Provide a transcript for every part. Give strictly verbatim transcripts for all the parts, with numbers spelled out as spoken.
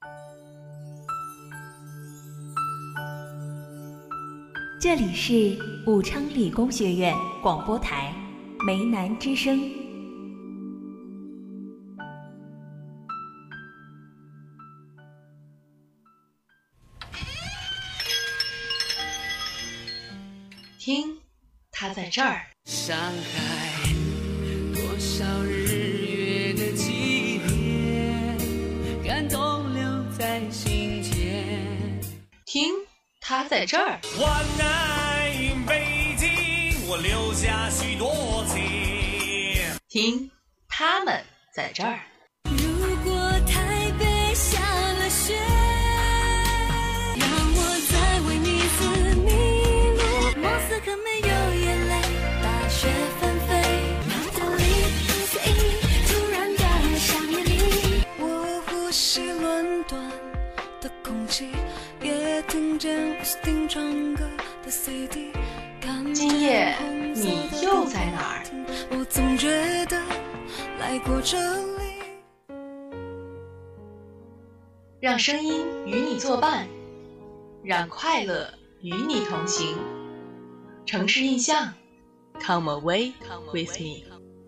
这里是武昌理工学院广播台梅南之声。 听，他在这儿。 上海多少日月的级别，感动留在心间。 听，他在这儿。 我爱北京，我留下许多情。 听，他们在这儿。 如果台北下了雪，让我再为你字迷路。莫斯科没有眼泪，大雪纷飞，让这里随意突然的想念你。我呼吸伦敦的空气，也听见奥斯汀唱歌的 C D。 今夜你又在哪儿？ 我总觉得来过这里。 让声音与你作伴，让快乐与你同行。城市印象 Come away with me。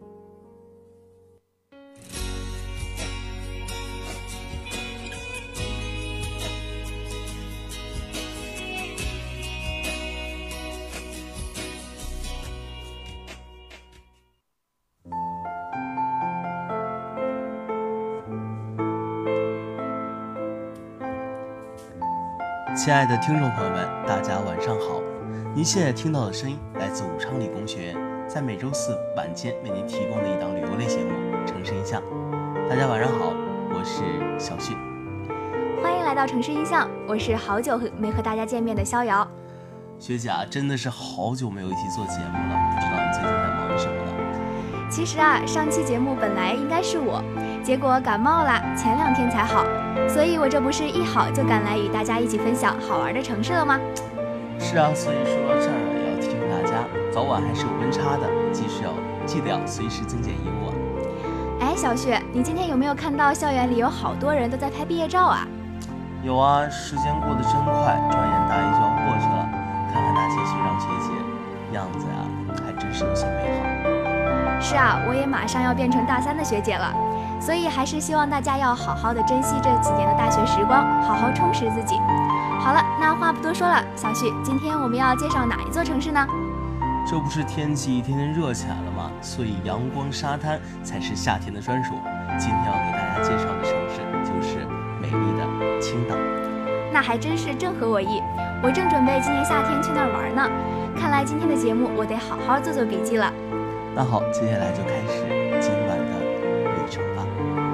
亲爱的听众朋友们，大家晚上好。您现在听到的声音来自武昌理工学院，在每周四晚间为您提供的一档旅游类节目《城市印象》。大家晚上好，我是小旭。 欢迎来到城市印象，我是好久没和大家见面的逍遥。 学姐啊，真的是好久没有一起做节目了，不知道你最近在忙什么呢？ 其实啊，上期节目本来应该是我，结果感冒了，前两天才好，所以我这不是一好就赶来与大家一起分享好玩的城市了吗？ 是啊，所以说这儿也要提醒大家，早晚还是有温差的，记是要记得要随时增减衣物啊。 哎，小雪，你今天有没有看到校园里有好多人都在拍毕业照啊？ 有啊，时间过得真快，转眼大一就要过去了。看看那些学长学姐，样子呀、啊，还真是有些美好。 是啊，我也马上要变成大三的学姐了，所以还是希望大家要好好的珍惜这几年的大学时光，好好充实自己。好了，那话不多说了，小旭，今天我们要介绍哪一座城市呢？ 这不是天气一天天热起来了吗？所以阳光沙滩才是夏天的专属。今天要给大家介绍的城市就是美丽的青岛。 那还真是正合我意，我正准备今年夏天去那儿玩呢。看来今天的节目我得好好做做笔记了。 那好，接下来就开始今晚的旅程吧。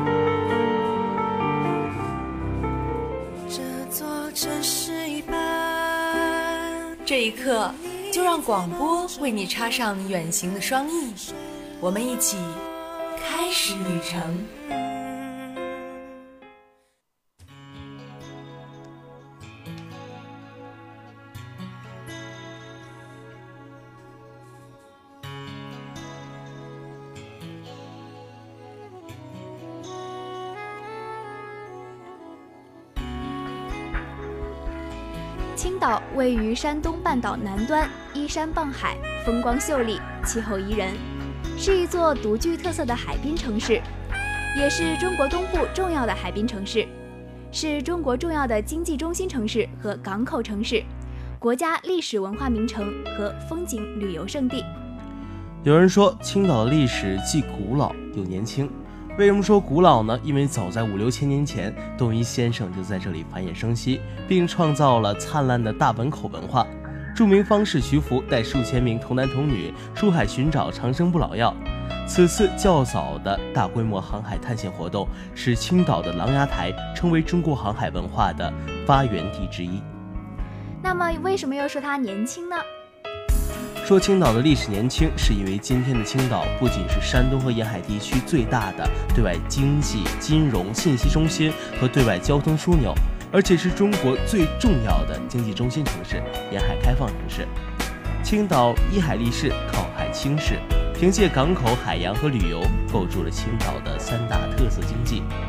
这座城市一般， 这一刻，就让广播为你插上远行的双翼，我们一起开始旅程。 青岛位于山东半岛南端，依山傍海，风光秀丽，气候宜人，是一座独具特色的海滨城市，也是中国东部重要的海滨城市，是中国重要的经济中心城市和港口城市，国家历史文化名城和风景旅游胜地。 有人说，青岛的历史既古老又年轻。为什么说古老呢？因为早在五六千年前，东夷先生就在这里繁衍生息，并创造了灿烂的大本口文化。著名方士徐福带数千名童男童女出海寻找长生不老药。此次较早的大规模航海探险活动，使青岛的琅琊台成为中国航海文化的发源地之一。 那么，为什么又说它年轻呢？ 说青岛的历史年轻，是因为今天的青岛不仅是山东和沿海地区最大的对外经济、金融、信息中心和对外交通枢纽，而且是中国最重要的经济中心城市、沿海开放城市。青岛依海立市，靠海轻市，凭借港口、海洋和旅游，构筑了青岛的三大特色经济。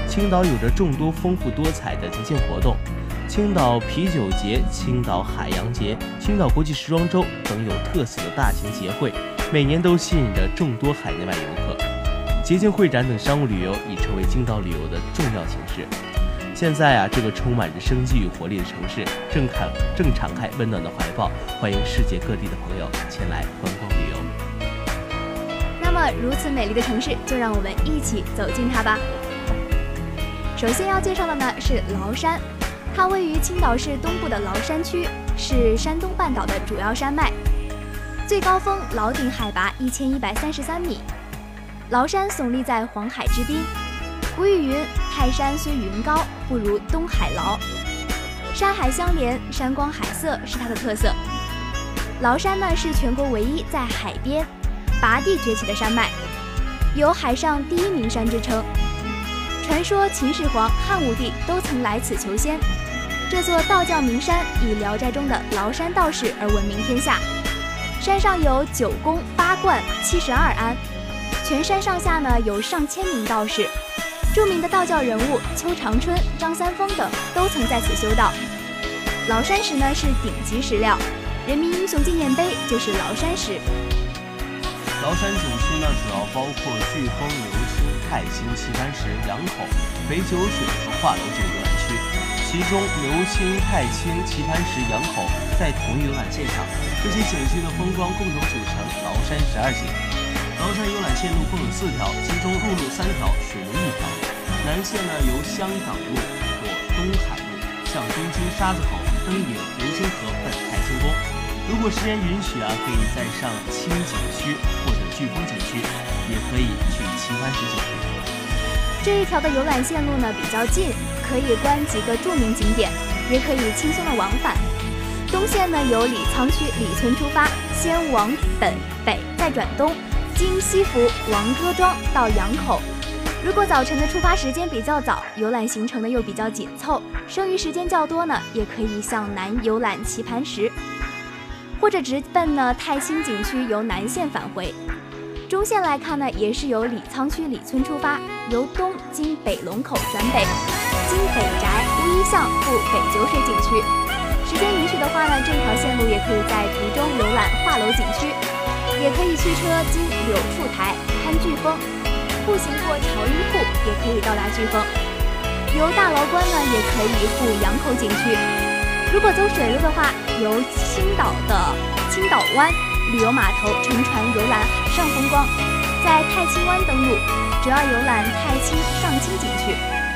青岛有着众多丰富多彩的节庆活动，青岛啤酒节、青岛海洋节、青岛国际时装周等有特色的大型节会，每年都吸引着众多海内外游客。节庆会展等商务旅游已成为青岛旅游的重要形式。现在啊，这个充满着生机与活力的城市正开正敞开温暖的怀抱，欢迎世界各地的朋友前来观光旅游。 那么，如此美丽的城市，就让我们一起走进它吧。首先要介绍的呢是崂山，它位于青岛市东部的崂山区，是山东半岛的主要山脉，最高峰崂顶海拔一千一百三十三米。崂山耸立在黄海之滨，古语云：“泰山虽云高，不如东海崂。”山海相连，山光海色是它的特色。崂山呢是全国唯一在海边拔地崛起的山脉，有海上第一名山之称。传说秦始皇、汉武帝都曾来此求仙。这座道教名山以《聊斋》中的崂山道士而闻名天下。山上有九宫八观七十二庵，全山上下呢有上千名道士。著名的道教人物邱长春、张三丰等都曾在此修道。崂山石呢是顶级石料，人民英雄纪念碑就是崂山石。 崂山景区呢，主要包括飓风、流青、太清、棋盘石、羊口、北九水和画楼这个游览区。其中，流青、太清、棋盘石、羊口在同一游览线上，这些景区的风光共同组成崂山十二景。崂山游览线路共有四条，其中陆路三条，水路一条。南线呢由香港路或东海路向东京沙子口、登野、流星河奔太清宫。如果时间允许啊，可以再上青景区或者飓风景区，也可以去棋盘石景区。 这一条的游览线路呢比较近，可以观几个著名景点，也可以轻松的往返。东线呢由李沧区李村出发，先往本北，再转东，经西湖、王哥庄到羊口。如果早晨的出发时间比较早，游览行程呢又比较紧凑，剩余时间较多呢，也可以向南游览棋盘石，或者直奔呢太清景区由南线返回。中线来看呢，也是由李沧区李村出发，由东经北龙口转北，经北宅、乌衣巷赴北九水景区。时间允许的话呢，这条线路也可以在途中游览画楼景区，也可以驱车经柳树台、看飓风，步行过朝阴瀑也可以到达飓风。由大崂关呢，也可以赴羊口景区。如果走水路的话，由青岛的青岛湾旅游码头乘船游览海上风光，在太清湾登陆，主要游览太清、上清景区。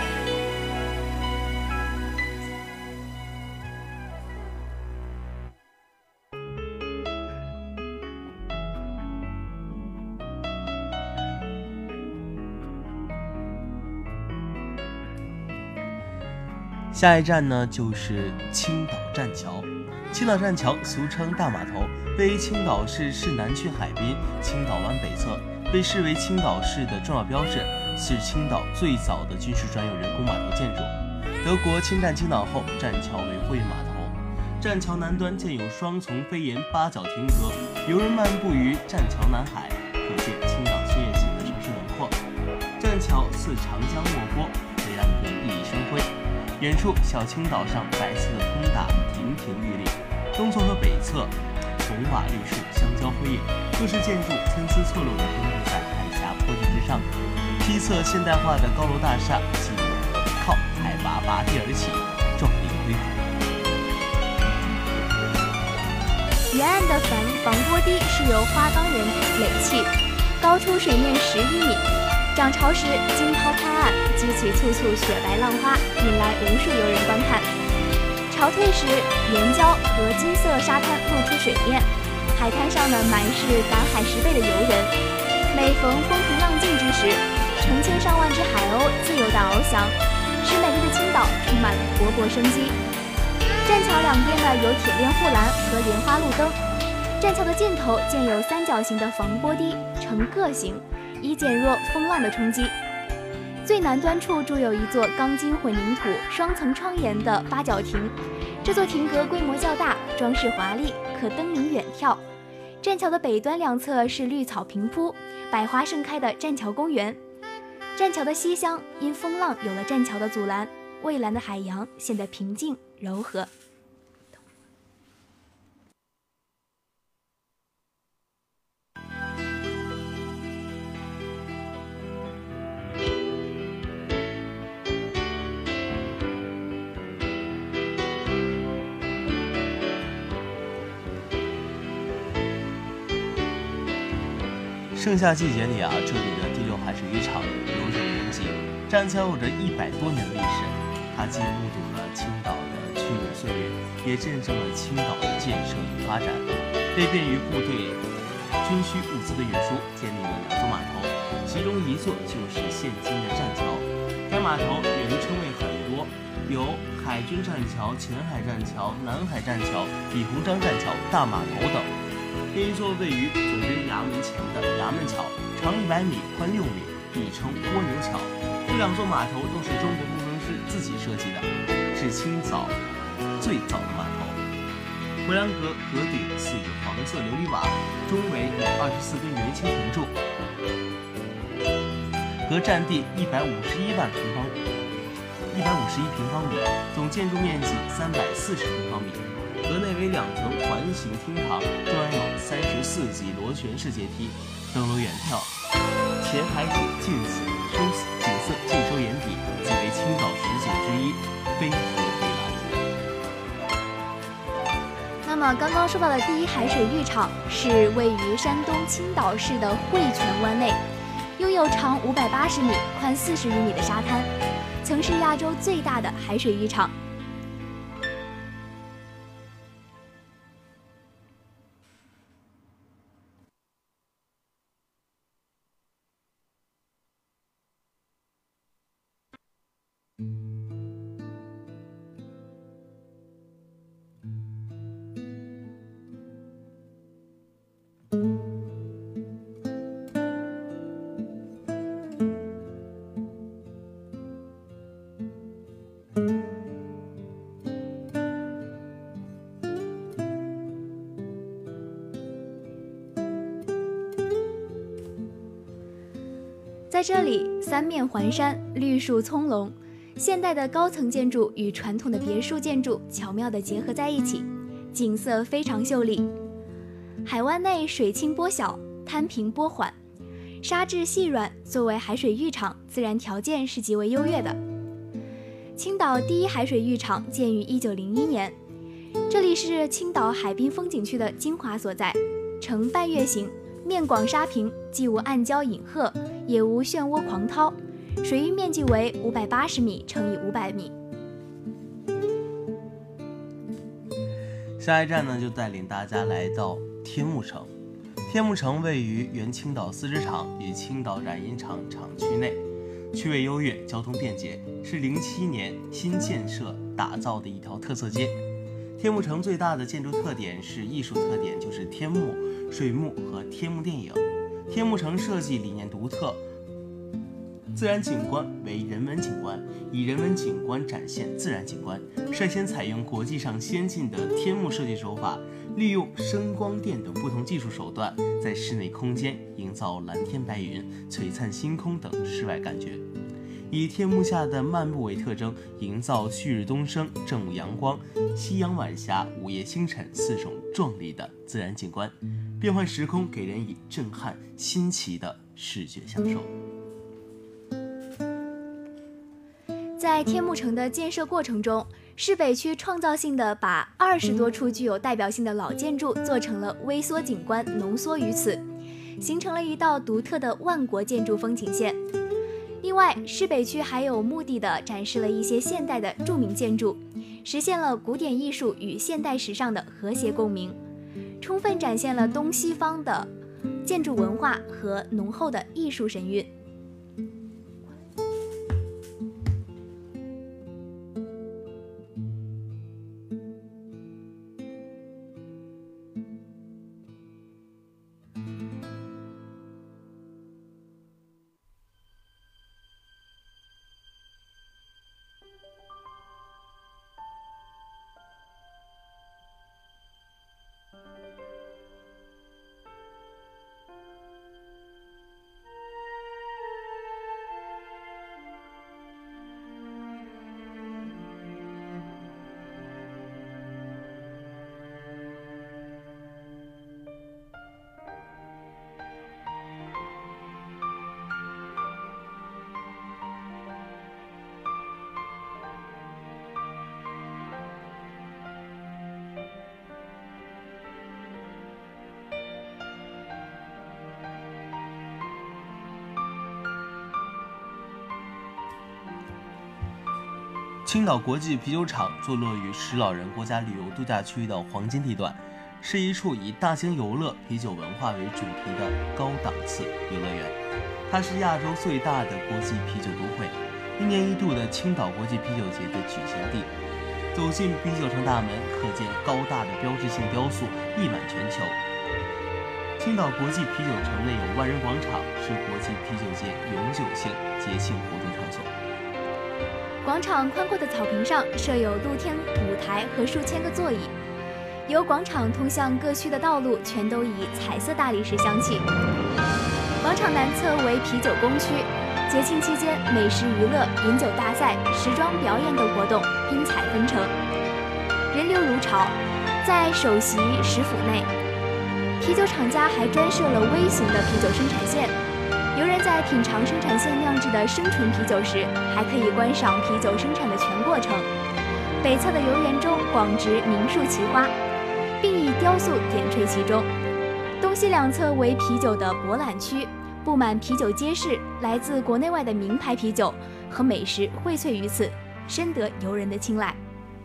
下一站呢就是青岛栈桥。青岛栈桥俗称大码头，位于青岛市市南区海滨青岛湾北侧，被视为青岛市的重要标志，是青岛最早的军事专用人工码头建筑。德国侵占青岛后，栈桥为货运码头。栈桥南端建有双丛飞檐八角亭阁，游人漫步于栈桥南海，可见青岛岁月型的城市轮廓。栈桥似长江没波，虽然可熠熠生辉。远处小青岛上白色的通达亭亭玉立，东侧和北侧红瓦绿树相交辉映，各式建筑参差错落地分布在海峡坡地之上。西侧现代化的高楼大厦系统可靠，海拔拔地而起，壮丽恢宏。 沿岸的防防波堤是由花岗岩垒砌，高出水面十余米。涨潮时，惊涛拍岸，激起簇簇雪白浪花，引来无数游人观看。潮退时，岩礁和金色沙滩露出水面，海滩上呢满是赶海十倍的游人。每逢风平浪静之时，成千上万只海鸥自由地翱翔，使美丽的青岛充满了勃勃生机。栈桥两边呢有铁链护栏和莲花路灯，栈桥的尽头建有三角形的防波堤，呈个形，以减弱风浪的冲击。最南端处筑有一座钢筋混凝土双层窗檐的八角亭，这座亭阁规模较大，装饰华丽，可登临远眺。栈桥的北端两侧是绿草平铺、百花盛开的栈桥公园。 栈桥的西厢因风浪有了栈桥的阻拦，蔚蓝的海洋显得平静柔和。 盛夏季节里啊，这里的第六海水浴场有着人迹，栈桥有着一百多年的历史，它既目睹了青岛的去日岁月，也见证了青岛的建设与发展，为便于部队军需物资的运输，建立了两座码头，其中一座就是现今的栈桥。该码头原称谓很多，有海军栈桥、前海栈桥、南海栈桥、李鸿章栈桥、大码头等。另一座位于总监衙门前的衙门桥，长一百米，宽六米，亦称蜗牛桥。这两座码头都是中国工程师自己设计的，是青岛最早的码头。回廊阁阁顶似以黄色琉璃瓦，中围有二十四根圆形亭柱，阁占地一百五十一万平方一百五十一平方米，总建筑面积三百四十平方米。阁内为两层环形厅堂，中央有三十四级螺旋式阶梯，登楼远眺，前海景尽此收景色尽收眼底，即为青岛十景之一，非和非蓝。 那么刚刚说到的第一海水浴场是位于山东青岛市的汇泉湾内，拥有长五百八十米、宽四十余米的沙滩，曾是亚洲最大的海水浴场。在这里，三面环山，绿树葱茏，现代的高层建筑与传统的别墅建筑巧妙地结合在一起，景色非常秀丽。海湾内水清波小，滩平波缓，沙质细软，作为海水浴场，自然条件是极为优越的。青岛第一海水浴场建于一九零一年，这里是青岛海滨风景区的精华所在，呈半月形，面广沙平，既无暗礁隐壑，也无漩涡狂涛，水域面积为五百八十米乘以五百米。 下一站呢，就带领大家来到天目城。天目城位于原青岛丝织厂与青岛染银厂厂区内，区位优越，交通便捷，是零七年新建设打造的一条特色街。天目城最大的建筑特点是艺术特点，就是天幕、水幕和天幕电影。天目城设计理念独特，自然景观为人文景观，以人文景观展现自然景观，率先采用国际上先进的天幕设计手法，利用声光电等不同技术手段，在室内空间营造蓝天白云、璀璨星空等室外感觉，以天幕下的漫步为特征，营造旭日东升、正午阳光、夕阳晚霞、午夜星辰四种壮丽的自然景观，变换时空，给人以震撼新奇的视觉享受。 在天目城的建设过程中，市北区创造性的把二十多处具有代表性的老建筑做成了微缩景观，浓缩于此，形成了一道独特的万国建筑风景线。另外，市北区还有目的地展示了一些现代的著名建筑，实现了古典艺术与现代时尚的和谐共鸣，充分展现了东西方的建筑文化和浓厚的艺术神韵。 青岛国际啤酒厂坐落于石老人国家旅游度假区的黄金地段，是一处以大型游乐、啤酒文化为主题的高档次游乐园。它是亚洲最大的国际啤酒都会，一年一度的青岛国际啤酒节的举行地。走进啤酒城大门，可见高大的标志性雕塑溢满全球。青岛国际啤酒城内有万人广场，是国际啤酒节永久性节庆活动场所。 广场宽阔的草坪上设有露天舞台和数千个座椅，由广场通向各区的道路全都以彩色大理石镶砌。广场南侧为啤酒工区，节庆期间美食娱乐、饮酒大赛、时装表演等活动宾彩纷呈，人流如潮。在首席食府内，啤酒厂家还专设了微型的啤酒生产线。游人在品尝生产线酿制的生纯啤酒时，还可以观赏啤酒生产的全过程。北侧的游园中广植名树奇花，并以雕塑点缀其中。东西两侧为啤酒的博览区，布满啤酒街市，来自国内外的名牌啤酒和美食荟萃于此，深得游人的青睐。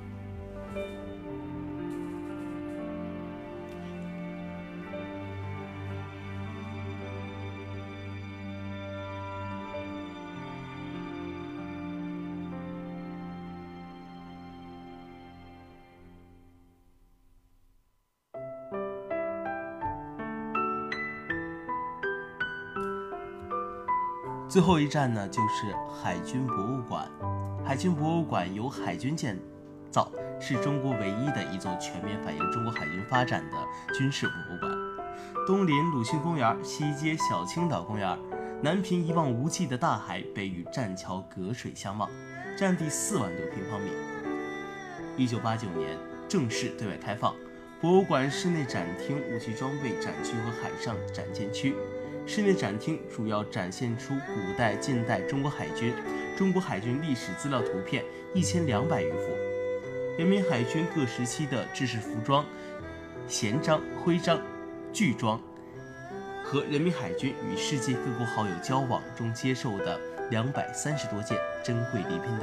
最后一站呢，就是海军博物馆。海军博物馆由海军建造，是中国唯一的一座全面反映中国海军发展的军事博物馆。东临鲁迅公园，西接小青岛公园，南凭一望无际的大海，北与栈桥隔水相望，占地四万多平方米。一九八九年正式对外开放。博物馆室内展厅、武器装备展区和海上展舰区。室内展厅主要展现出古代、近代中国海军、中国海军历史资料图片一千两百余幅，人民海军各时期的制式服装、衔章、徽章、具装和人民海军与世界各国好友交往中接受的两百三十多件珍贵礼品等。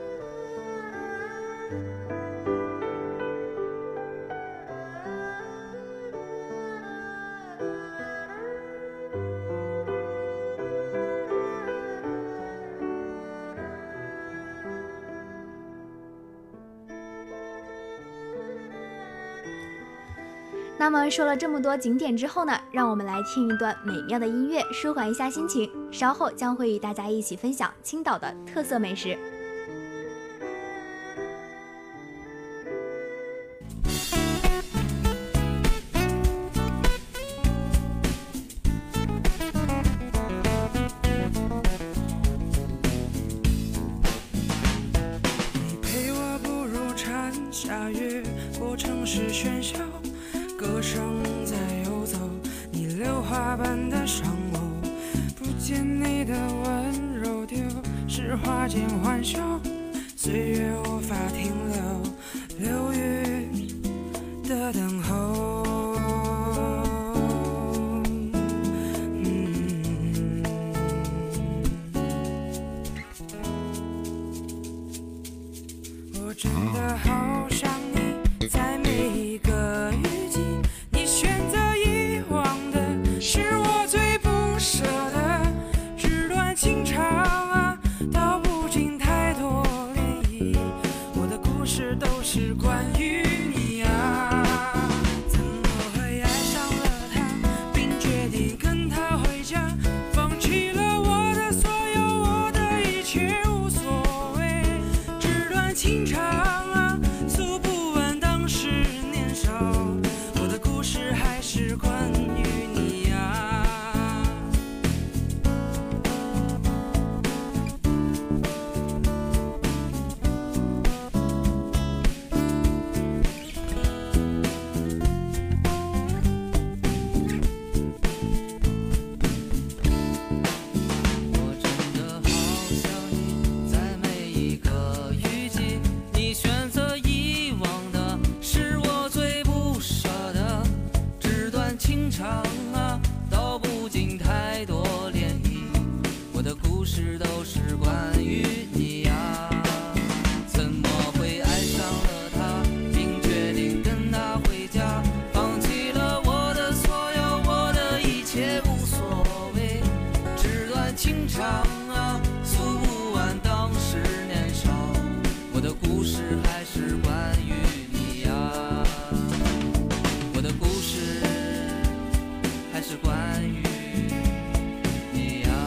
那么说了这么多景点之后呢，让我们来听一段美妙的音乐，舒缓一下心情。稍后将会与大家一起分享青岛的特色美食。 你陪我步入蝉夏越过城市喧嚣，歌声在游走，你榴花般的双眸，不见你的温柔，丢失花间欢笑，岁月无法停留，流云的等候。嗯，我真的好想你，在每一个雨季，你选择遗忘的是我最不舍的，纸短情长啊，道不尽太多涟漪，我的故事都是关于你啊。怎么会爱上了他，并决定跟他回家，放弃了我的所有，我的一切无所谓，纸短情长啊，诉不完当时年少，我的故事还是关于你啊。我真的好想你，在每一个雨季，你选择遗忘的是我最不舍的，纸短情长是关于你呀，我的故事还是关于你呀。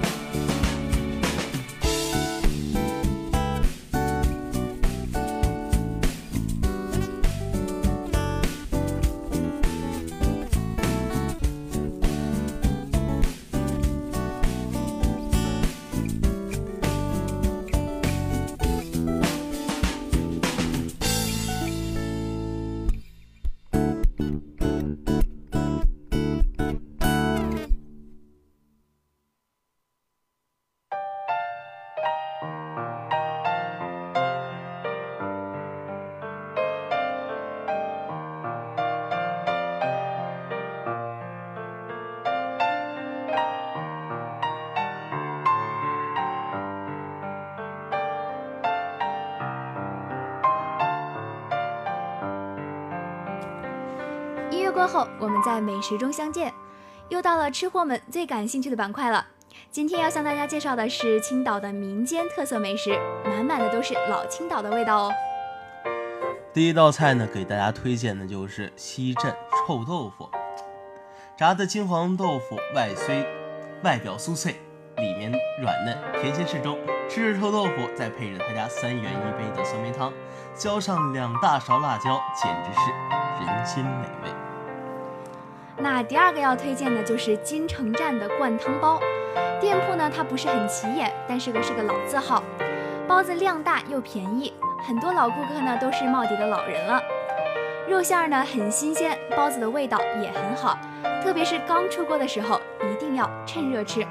音乐过后，我们在美食中相见，又到了吃货们最感兴趣的板块了。今天要向大家介绍的是青岛的民间特色美食，满满的都是老青岛的味道哦。 第一道菜呢，给大家推荐的就是西镇臭豆腐。炸的金黄豆腐外虽外表酥脆，里面软嫩，甜咸适中。吃着臭豆腐，再配着他家三元一杯的酸梅汤，浇上两大勺辣椒，简直是人间美味。 那第二个要推荐的就是金城站的灌汤包。店铺呢，它不是很起眼，但是个是个老字号，包子量大又便宜，很多老顾客呢都是冒底的老人了。肉馅儿呢很新鲜，包子的味道也很好，特别是刚出锅的时候，一定要趁热吃。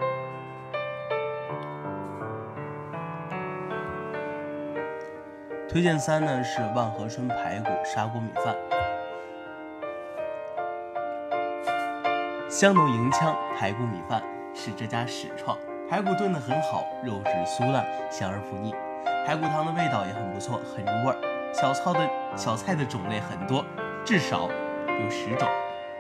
推荐三呢是万和春排骨砂锅米饭，香浓银枪排骨米饭是这家始创，排骨炖得很好，肉质酥烂，香而不腻，排骨汤的味道也很不错，很入味儿。小菜的小菜的种类很多，至少有十种。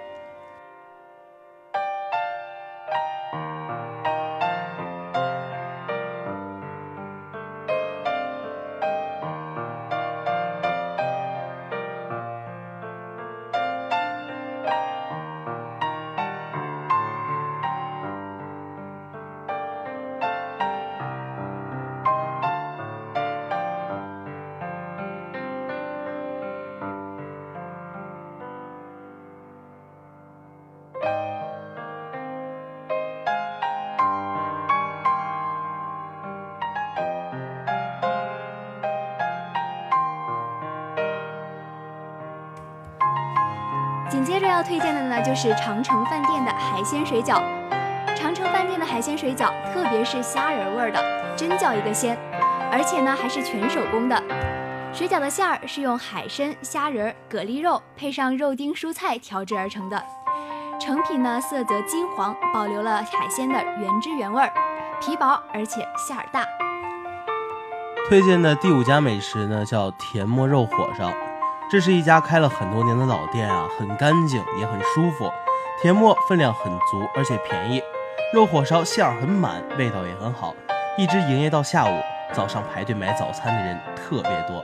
紧接着要推荐的呢，就是长城饭店的海鲜水饺。长城饭店的海鲜水饺，特别是虾仁味儿的，真叫一个鲜，而且呢还是全手工的。水饺的馅儿是用海参、虾仁、蛤蜊肉配上肉丁、蔬菜调制而成的。成品呢色泽金黄，保留了海鲜的原汁原味儿，皮薄而且馅儿大。 推荐的第五家美食呢叫田磨肉火烧。这是一家开了很多年的老店啊，很干净也很舒服，田磨分量很足而且便宜，肉火烧馅儿很满，味道也很好，一直营业到下午，早上排队买早餐的人特别多。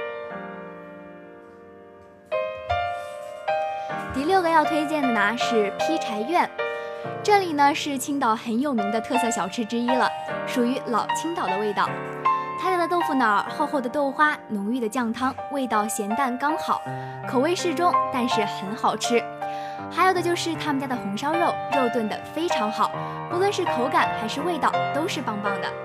第六个要推荐的呢是劈柴院，这里呢是青岛很有名的特色小吃之一了，属于老青岛的味道。他家的豆腐脑、厚厚的豆花、浓郁的酱汤，味道咸淡刚好，口味适中，但是很好吃。还有的就是他们家的红烧肉，肉炖得非常好，不论是口感还是味道都是棒棒的。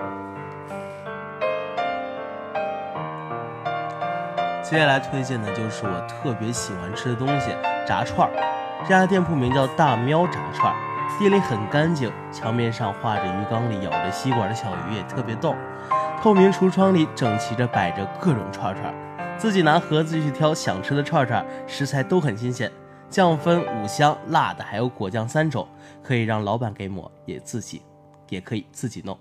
接下来推荐的就是我特别喜欢吃的东西——炸串儿。这家店铺名叫大喵炸串儿，店里很干净，墙面上画着鱼缸里咬着吸管的小鱼，也特别逗。透明橱窗里整齐着摆着各种串串，自己拿盒子去挑想吃的串串，食材都很新鲜，酱分五香、辣的还有果酱三种，可以让老板给抹，也自己也可以自己弄。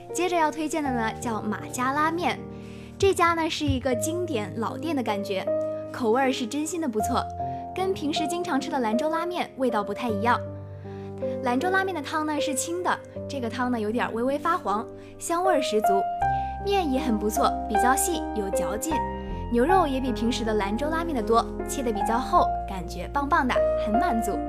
接着要推荐的呢叫马家拉面，这家呢是一个经典老店的感觉，口味是真心的不错，跟平时经常吃的兰州拉面味道不太一样。兰州拉面的汤呢是清的，这个汤呢有点微微发黄，香味十足，面也很不错，比较细有嚼劲，牛肉也比平时的兰州拉面的多，切得比较厚，感觉棒棒的，很满足。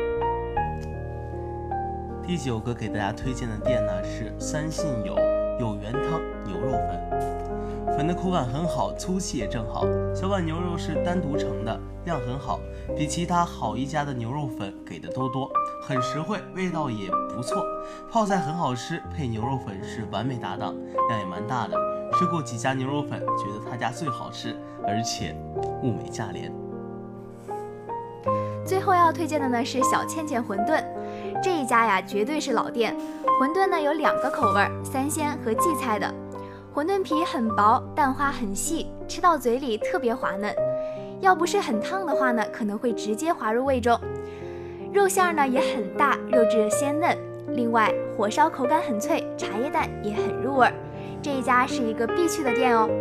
第九个给大家推荐的店呢是三信有有源汤牛肉粉，粉的口感很好，粗细也正好，小碗牛肉是单独盛的，量很好，比其他好一家的牛肉粉给的都多，很实惠，味道也不错，泡菜很好吃，配牛肉粉是完美搭档，量也蛮大的。吃过几家牛肉粉，觉得他家最好吃，而且物美价廉。 最后要推荐的呢是小倩倩馄饨，这一家呀绝对是老店，馄饨呢有两个口味，三鲜和荠菜的。馄饨皮很薄，蛋花很细，吃到嘴里特别滑嫩，要不是很烫的话呢，可能会直接滑入胃中。肉馅呢也很大，肉质鲜嫩，另外火烧口感很脆，茶叶蛋也很入味，这一家是一个必去的店哦。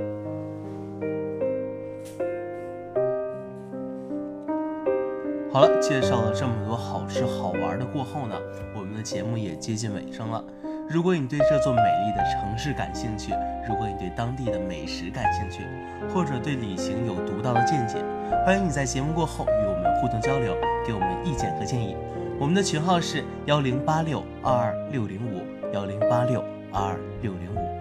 好了，介绍了这么多好吃好玩的过后呢，我们的节目也接近尾声了。如果你对这座美丽的城市感兴趣，如果你对当地的美食感兴趣，或者对旅行有独到的见解，欢迎你在节目过后与我们互动交流，给我们意见和建议。我们的群号是幺零八六二二六零五幺零八六二二六零五。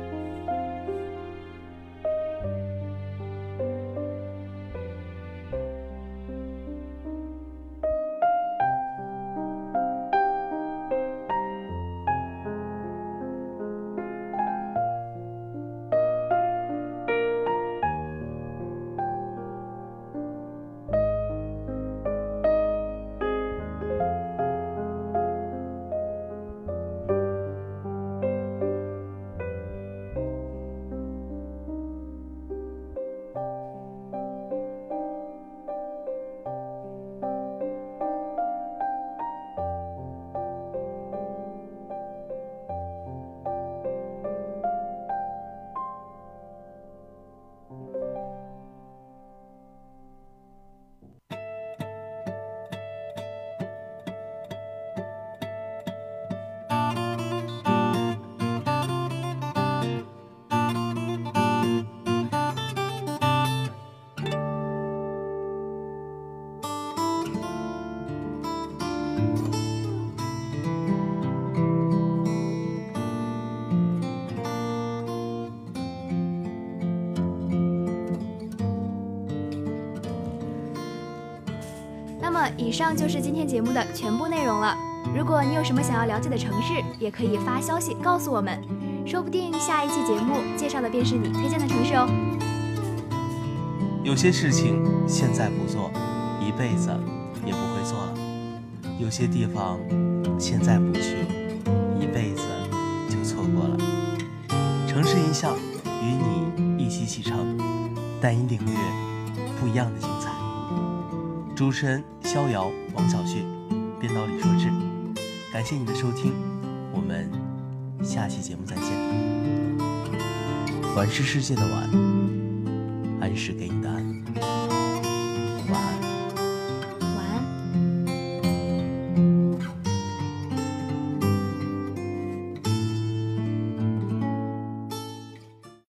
那么以上就是今天节目的全部内容了。如果你有什么想要了解的城市，也可以发消息告诉我们，说不定下一期节目介绍的便是你推荐的城市哦。 有些事情现在不做，一辈子也不会做了；有些地方现在不去，一辈子就错过了。城市印象与你一起启程，带你领略不一样的精彩。主持人逍遥、王小旭，编导李硕志，感谢你的收听，我们下期节目再见。晚是世界的晚，安是给你的安。